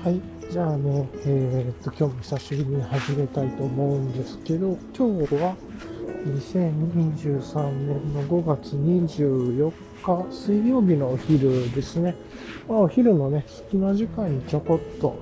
はい。じゃあね、今日も久しぶりに始めたいと思うんですけど、今日は2023年の5月24日水曜日のお昼ですね。お昼のね、隙間時間にちょこっと、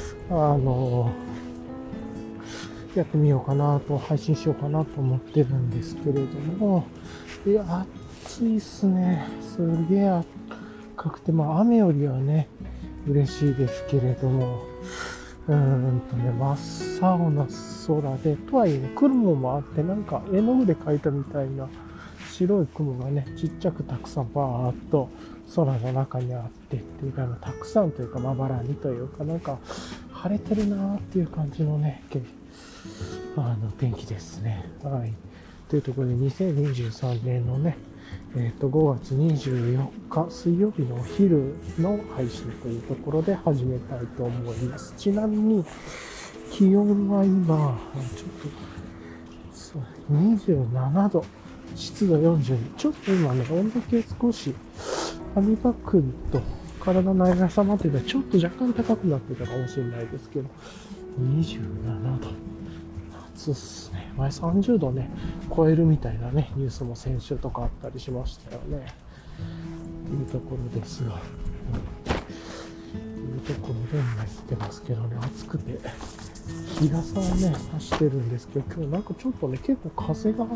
やってみようかなと、配信しようかなと思ってるんですけれども、いや、暑いっすね。すげえ赤くて、雨よりはね、嬉しいですけれども、真っ青な空で、とはいえね、雲もあって、なんか絵の具で描いたみたいな白い雲がね、ちっちゃくたくさんバーっと空の中にあってっていうか、たくさんというか、まばらにというか、なんか晴れてるなーっていう感じのね、天気ですね。はい。というところで、2023年のね、5月24日水曜日のお昼の配信というところで始めたいと思います。ちなみに、気温は今、ちょっと、27度、湿度42。ちょっと今ね、温度計少し、網バックと体の長さまでちょっと若干高くなってたかもしれないですけど、27度。暑っすね。前30度ね、超えるみたいなね、ニュースも先週とかあったりしましたよね。というところですが、というところで今言ってますけどね、暑くて、日傘をね、差してるんですけど、今日なんかちょっとね、結構風があって、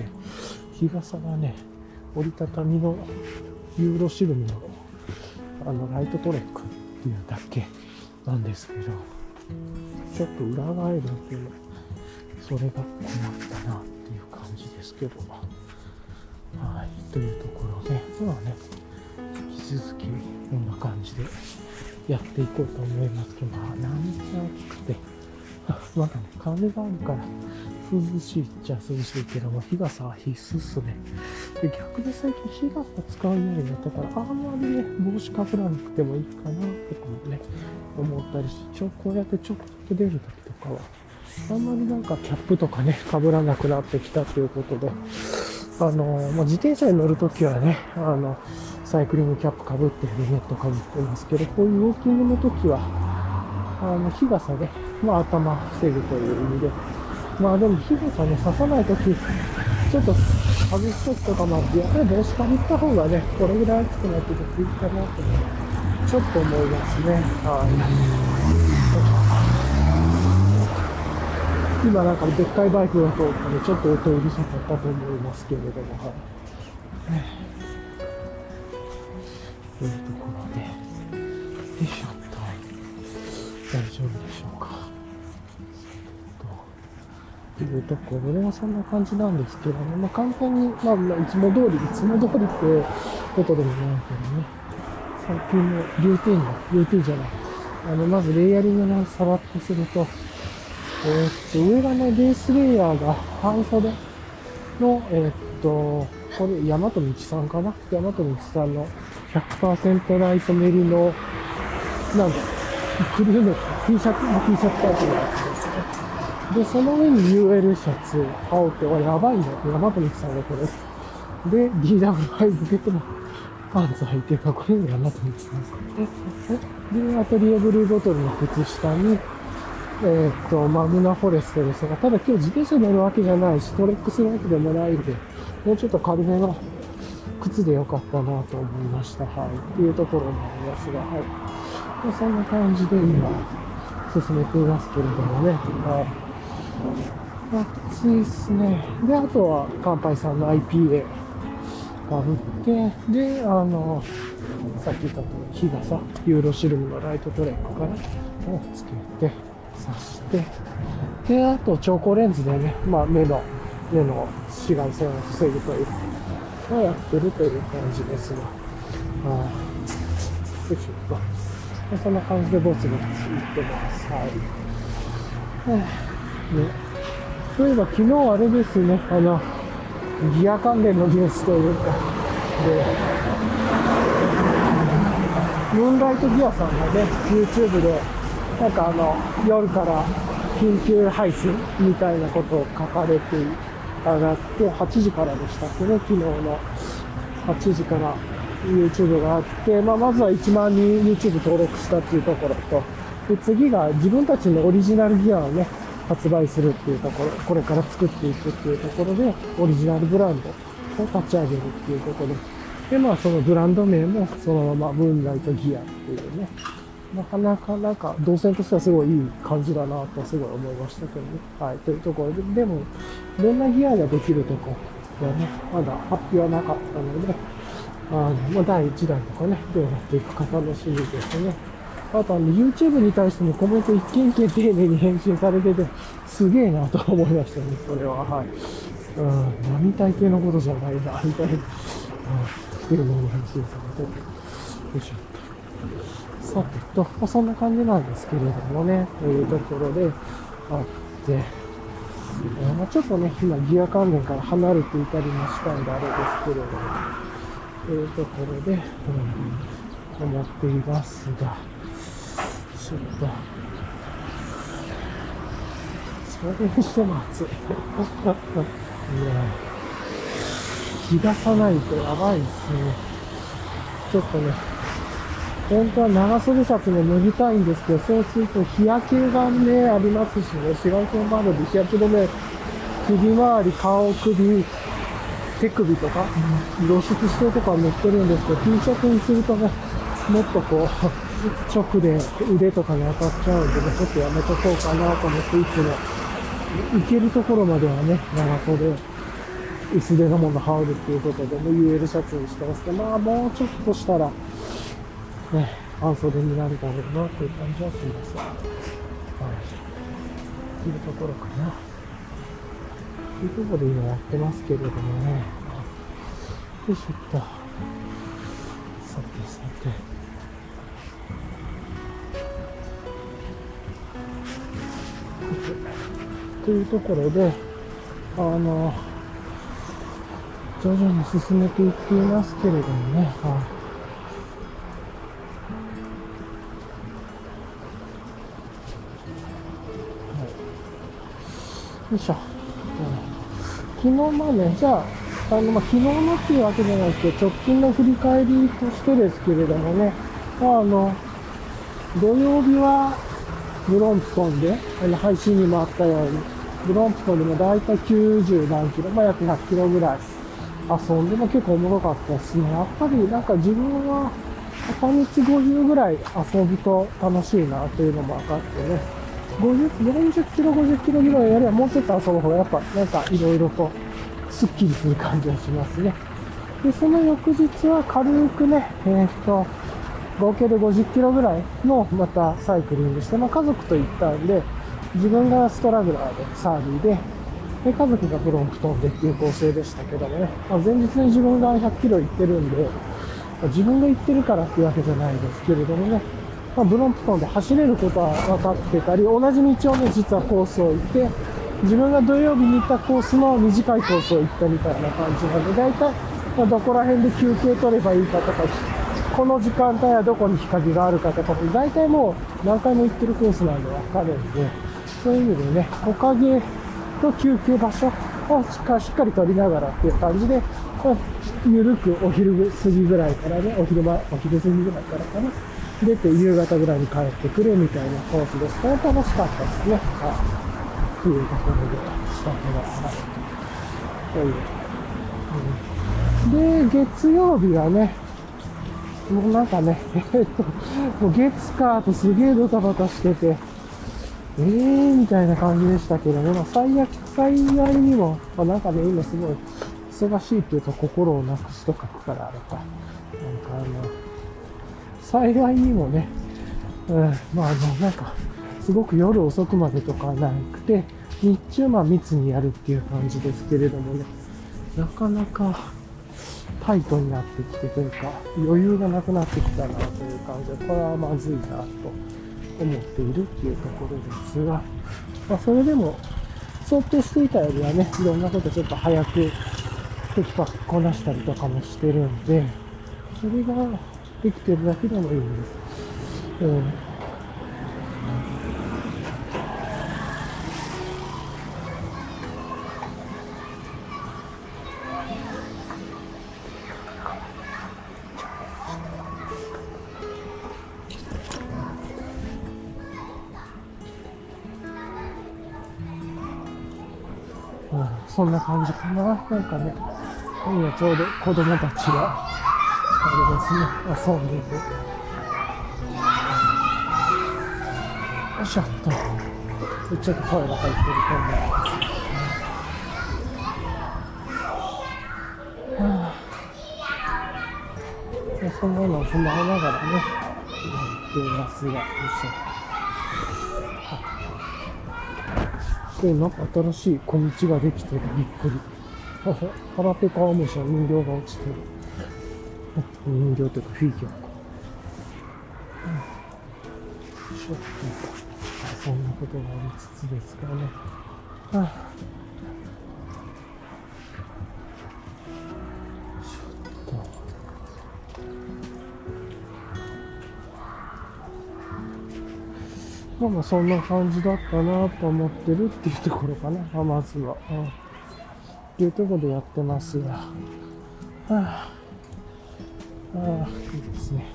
日傘がね、折りたたみのユーロシルミのライトトレックっていうだけなんですけど、ちょっと裏返るっていうのそれが困ったなっていう感じですけど、はい、というところで、引き続きこんな感じでやっていこうと思いますけど、なんせ暑くて、まだね、風があるから涼しいっちゃ涼しいけども、日傘は必須っすね。で、逆に最近日傘使うようになったから、あんまりね、帽子かぶらなくてもいいかなとかもね、思ったりして、こうやってちょっと出るときとかは、あんまりなんかキャップとかね、被らなくなってきたということで、自転車に乗るときはね、サイクリングキャップ被ってヘルメット被ってますけど、こういうウォーキングのときは、日傘で、頭防ぐという意味で、でも日傘ね、差さないとき、ちょっと外すときとかもあって、やっぱり帽子かぶった方がね、これぐらい暑くなってていいかなと、ちょっと思いますね。今なんかでっかいバイクが通ったので、ちょっと音うるさかったと思いますけれども、はい。というところで、よいしょっと、大丈夫でしょうか。というところではそんな感じなんですけどね、簡単に、いつも通りってことでもないけどね、最近のルーティンじゃない。まずレイヤリングのさらっとすると、上がね、ベースレイヤーが半袖の、これ、大和道さんかな大和道さんの 100% ライトメリの、クリーム T シャツタイプのやつですね。で、その上に UL シャツ羽織って、やばいね。大和道さんがこれ。で、DWI ブケットのパンツ履いてるから、これも大和道さん。で、アトリエブルーボトルの靴下に、マグナフォレストですが、ただ今日自転車乗るわけじゃないし、トレックするわけでもないので、もうちょっと軽めの靴でよかったなと思いました。はい。っていうところになりますが、はい。そんな感じで今、進めていますけれどもね。はい。暑いっすね。で、あとは、乾杯さんの IPA かぶって、で、さっき言ったとおり、日傘、ユーロシルムのライトトレックからをつけて、刺して、で、あと調光レンズでね、目の紫外線を防ぐというのをやってるという感じですね。よいしょっと。そんな感じでボツボツ言ってます。はい。ね、そういえば昨日あれですね、ギア関連のニュースというか、で、ムーンライトギアさんがね、YouTube で、夜から緊急配信みたいなことを書かれて上がって、8時からでしたっけね、昨日の8時から YouTube があって、まずは1万人 YouTube 登録したっていうところと、 で、次が自分たちのオリジナルギアをね、発売するっていうところ、これから作っていくっていうところで、オリジナルブランドを立ち上げるっていうことで、で、まあそのブランド名もそのままムーンライトギアっていうね、なかなかなんか動線としてはすごいいい感じだなとすごい思いましたけどね。はい。というところで、でも、どんなギアができるとこはね、まだ発表はなかったので、まあ、第1弾とかね、どうなっていくか楽しみですね。あとYouTube に対してもコメント一件一件丁寧に返信されてて、すげえなと思いましたね、それは。はい。並大抵のことじゃないな、みたいな。丁寧に返信されてて。よいしょ。さてと、そんな感じなんですけれどもね、というところであって、ちょっとね、今ギア関連から離れていたりもしたんであれですけれども、というところで、思っていますが、ちょっと、それにしても暑い。いや、日がさないとやばいですね。ちょっとね、本当は長袖シャツも脱ぎたいんですけど、そうすると日焼けがね、ありますしね、紫外線もあるんで日焼け止め、首周り、顔、首、手首とか、露出してるとか塗ってるんですけど、T シャツにするとね、もっとこう、直で腕とかに当たっちゃうんでね、ちょっとやめとこうかなと思って、いつも、行けるところまではね、長袖、薄手のもの羽織るっていうことで、UL シャツにしてますけど、まあもうちょっとしたら、ね、半袖になるだろうなという感じはします。はい。というところかな。というところで今やってますけれどもね。よいしょっと。さてさて。というところで、徐々に進めていっていますけれどもね。はい。よいしょ。昨日まで、じゃあ、昨日のっていうわけじゃないですけど、直近の振り返りとしてですけれどもね、土曜日は、ブロンプトンで、配信にもあったように、ブロンプトンでもだいたい90何キロ、約100キロぐらい遊んでも結構おもろかったですね。やっぱりなんか自分は、片道50ぐらい遊ぶと楽しいなというのも分かってね、40キロ、50キロぐらいよりはもうちょっと遊ぶ方がやっぱなんかいろいろとスッキリする感じがしますね。で、その翌日は軽くね、合計で50キロぐらいのまたサイクリングして、家族と行ったんで、自分がストラグラーでサーリーで、家族がブロンプトンでっていう構成でしたけどもね、前日に自分が100キロ行ってるんで、自分が行ってるからっていうわけじゃないですけれどもね、ブロンプトンで走れることは分かってたり、同じ道をね、実はコースを行って、自分が土曜日に行ったコースの短いコースを行ったみたいな感じなので、大体、どこら辺で休憩取ればいいかとか、この時間帯はどこに日陰があるかとか、大体もう何回も行ってるコースなんで分かるんで、そういう意味でね、木陰と休憩場所をしっかり取りながらっていう感じで、ゆるくお昼過ぎぐらいからね、お昼過ぎぐらいからかな、出て夕方ぐらいに帰ってくるみたいなコースですから、楽しかったですね。というところでしたけど、で、月曜日はね、もうなんかね、もう月火とすげえドタバタしてて、みたいな感じでしたけどね、幸いにも、なんかね、今すごい忙しいっていうと心をなくすと書くからあれか。幸いにもね、なんか、すごく夜遅くまでとかはなくて、日中密にやるっていう感じですけれどもね、なかなかタイトになってきてというか、余裕がなくなってきたなという感じで、これはまずいなと思っているっていうところですが、それでも、想定していたよりはね、いろんなことちょっと早くテキパキこなしたりとかもしてるんで、それができてるだけでもいいんです。 そんな感じかな。なんかね、今ちょうど子供たちが、あれですね、遊んでて。よいしょっと。ちょっと声が入ってると思います。そんなのを踏まえながらね、やっていますが、よいしょ。で、なんか新しい小道ができてる。びっくり。腹ペカオムシの人形が落ちてる。人形というかフィギュアか。ちょっと、そんなことがありつつですかね。まあそんな感じだったなと思ってるっていうところかな、まずは。っていうところでやってますが。いいですね。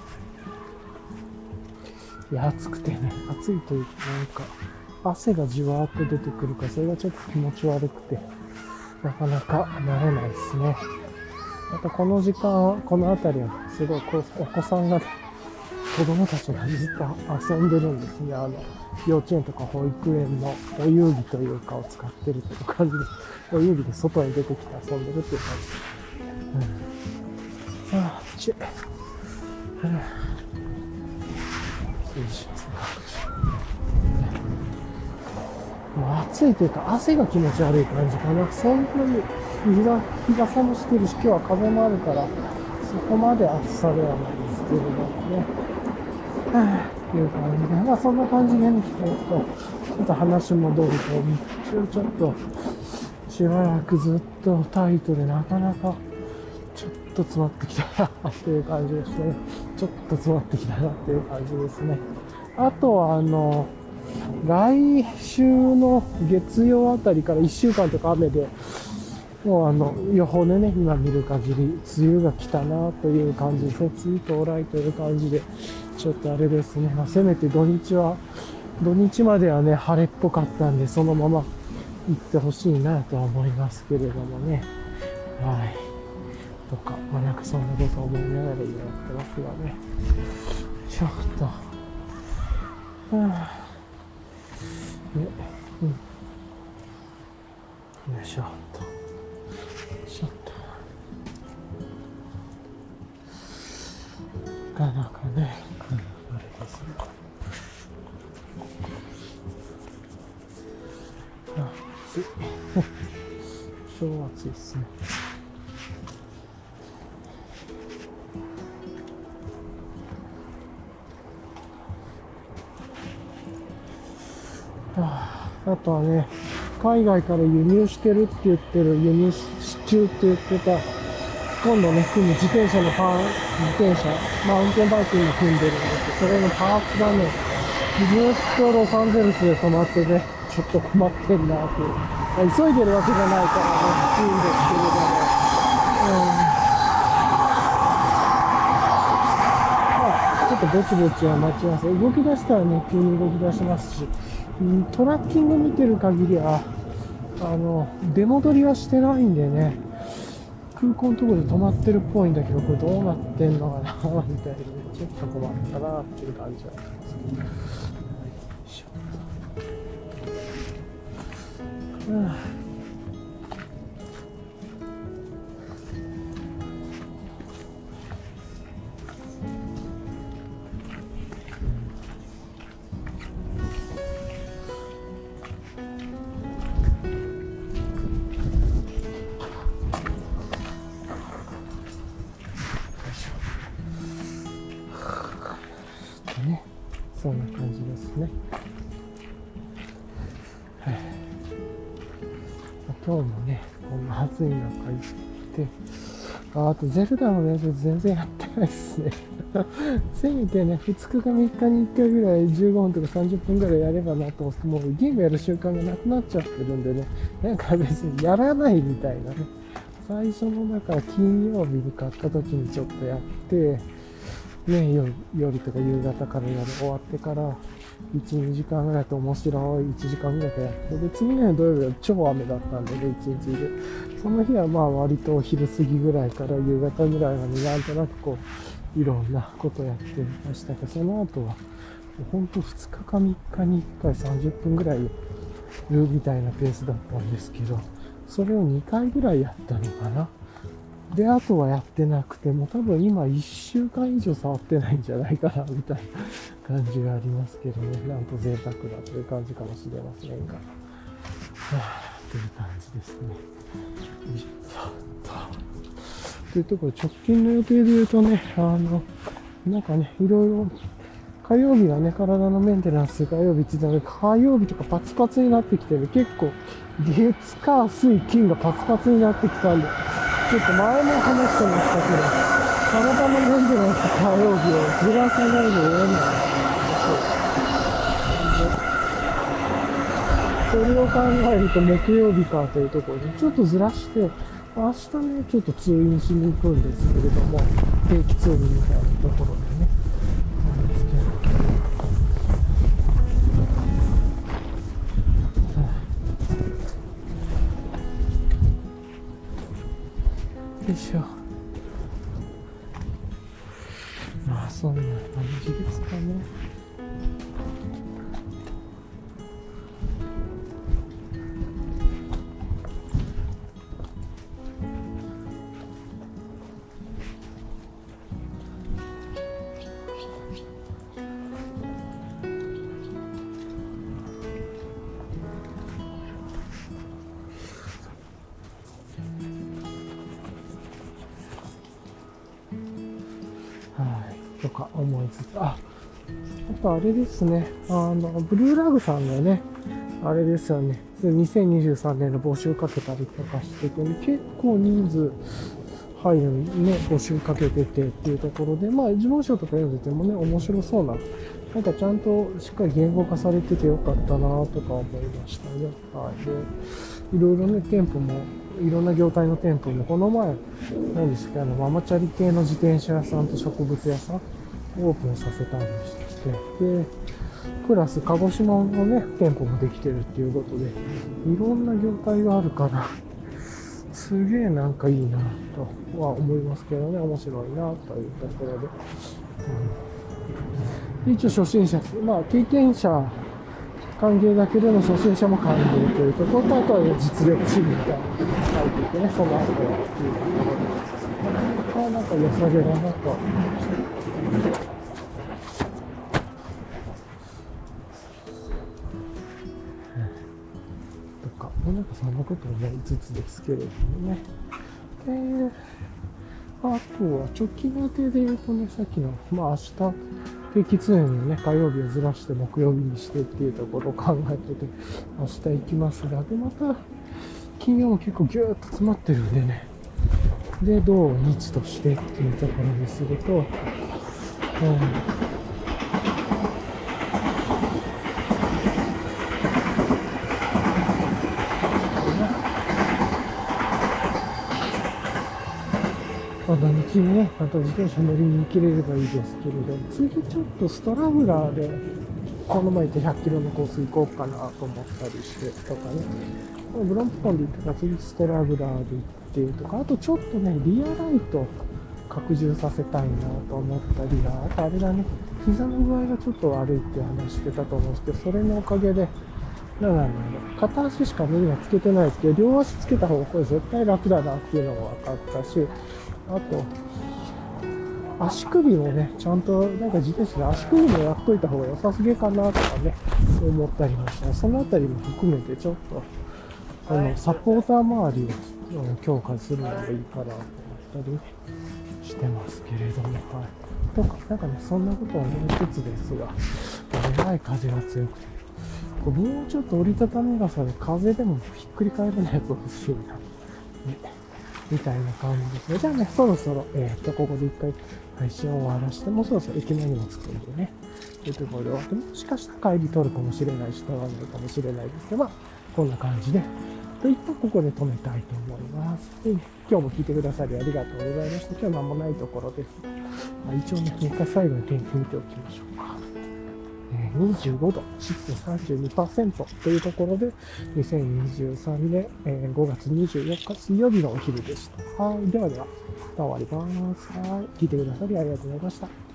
いや、暑くてね、暑いというか、なんか、汗がじわーっと出てくるから、それがちょっと気持ち悪くて、なかなか慣れないですね。またこの時間、この辺りは、すごいお子さんが、子供たちがずっと遊んでるんですね。幼稚園とか保育園のお遊戯というかを使ってるという感じで、お遊戯で外に出てきて遊んでるっていう感じ。もう暑いというか汗が気持ち悪い感じかな。そんなに日傘もしてるし、今日は風もあるから、そこまで暑さではないですけれどもね。っていう感じで、まあそんな感じでね、ちょっと話戻ると、ちょっとしばらくずっとタイトでなかなかちょっと詰まってきたなっていう感じですね。ちょっと詰まってきたなっていう感じですね。あとは来週の月曜あたりから1週間とか雨で、もう予報でね、今見る限り、梅雨が来たなという感じですね。梅雨到来という感じで、ちょっとあれですね。まあ、せめて土日まではね、晴れっぽかったんで、そのまま行ってほしいなとは思いますけれどもね。はい。とか、まあ、なんかそんなことを思いながら今やってますがね。ちょっと。よいしょっと。ちょっと。なかなかね、あれですね。暑い。超暑いですね。あとはね、海外から輸入してるって言ってる、輸入中って言ってた、今度ね、組む自転車、マウンテンバイクに組んでるんですけど、それのパーツがね、ずっとロサンゼルスで止まってね、ちょっと困ってんなっていう。急いでるわけじゃないからね、いいんですけれども。ちょっとぼちぼちは待ちます。動き出したらね、急に動き出しますし、トラッキング見てる限りは、出戻りはしてないんでね、空港のところで止まってるっぽいんだけど、これどうなってんのかな、みたいな、ちょっと困ったなっていう感じはありますけど。ね、そんな感じですね。今日もね、こんな暑い中行って、あとゼルダの練習全然やってないですね。せめてね、2日か3日に1回ぐらい15分とか30分ぐらいやればなと思って、もうゲームやる習慣がなくなっちゃってるんでね、なんか別にやらないみたいなね。最初のだから金曜日に買った時にちょっとやって、ね、夜とか夕方から終わってから、 1、2時間ぐらいと面白い1時間ぐらいでやって、で、次の日土曜日は超雨だったんでね、1日で。その日はまあ割と昼過ぎぐらいから夕方ぐらいまでなんとなくこう、いろんなことやってましたけど、その後は、ほんと2日か3日に1回30分ぐらいやるみたいなペースだったんですけど、それを2回ぐらいやったのかな。で、あとはやってなくても、多分今1週間以上触ってないんじゃないかな、みたいな感じがありますけどね。なんと贅沢だという感じかもしれませんが。という感じですね。というところで、直近の予定で言うとね、なんかね、いろいろ、火曜日はね、体のメンテナンス、火曜日って言ったので、火曜日とかパツパツになってきてる。結構、月、火、水、金がパツパツになってきたんで、ちょっと前も話してましたけど、体のメンテナンス火曜日をずらさないで終えない。それを考えると木曜日かというところで、ちょっとずらして、明日ね、ちょっと通院しに行くんですけれども、定期通院みたいなところでね。よいしょ。まあそんな感じですかね。とか思いつつ、あとあれですね、ブルーラグさんのね、あれですよね、2023年の募集かけたりとかしてて、ね、結構人数入るね、募集かけててっていうところで、まあ、事務所とか読んでてもね、面白そうな、なんかちゃんとしっかり言語化されててよかったなとか思いましたね。はい。で、いろいろね、店舗も、いろんな業態の店舗も、この前、何ですか、ママチャリ系の自転車屋さんと植物屋さん、オープンさせたんでして、で、プラス鹿児島のね、店舗もできてるっていうことで、いろんな業態があるから、すげえなんかいいなとは思いますけどね、面白いなというところで。一応初心者、まあ経験者歓迎だけでも初心者も歓迎というところと、あとは実力主義みたいな書いていてね、その後はっていうところで、これはなんか良さげだなと思いました。なんかそんなことを思いつつですけれどもね。あとは直近の予定で言うとね、さっきの、まあ明日、定期通園のね、火曜日をずらして木曜日にしてっていうところを考えてて、明日行きますが、で、また、金曜も結構ギューッと詰まってるんでね。で、土日としてっていうところにすると、土日にね、また自転車乗りに行けれればいいですけれども、次ちょっとストラブラーで、この前行って100キロのコース行こうかなと思ったりしてとかね、ブロンプコンで行ったから次ストラブラーで行ってとか、あとちょっとね、リアライト拡充させたいなと思ったりが、あとあれだね、膝の具合がちょっと悪いって話してたと思うんですけど、それのおかげで、なんだろう、片足しか無理はつけてないですけど、両足つけた方がこれ絶対楽だなっていうのが分かったし、あと、足首もね、ちゃんと、なんか自転車で足首もやっといた方が良さすぎかなとかね、思ったりもした。そのあたりも含めてちょっと、サポーター周りを強化するのがいいかなと思ったりね、してますけれども、はい。とか、なんかね、そんなことは思いつつですが、えらい風が強くて、もうちょっと折りたたみ傘で風でもひっくり返らないやつ欲しいな。ね、みたいな感じですね。じゃあね、そろそろ、ここで一回配信を終わらして、もうそろそろ駅前にも着くんでね。というところで終わって、もしかしたら帰り取るかもしれないし、取らないかもしれないですけど、まあ、こんな感じで。といったここで止めたいと思います。で、今日も聞いてくださりありがとうございました。今日は何もないところです。まあ、一応ね、もう一回最後に天気見ておきましょうか。 25度、湿度 32% というところで、2023年5月24日水曜日のお昼でした。はい。ではでは、終わります。はい。聞いてくださりありがとうございました。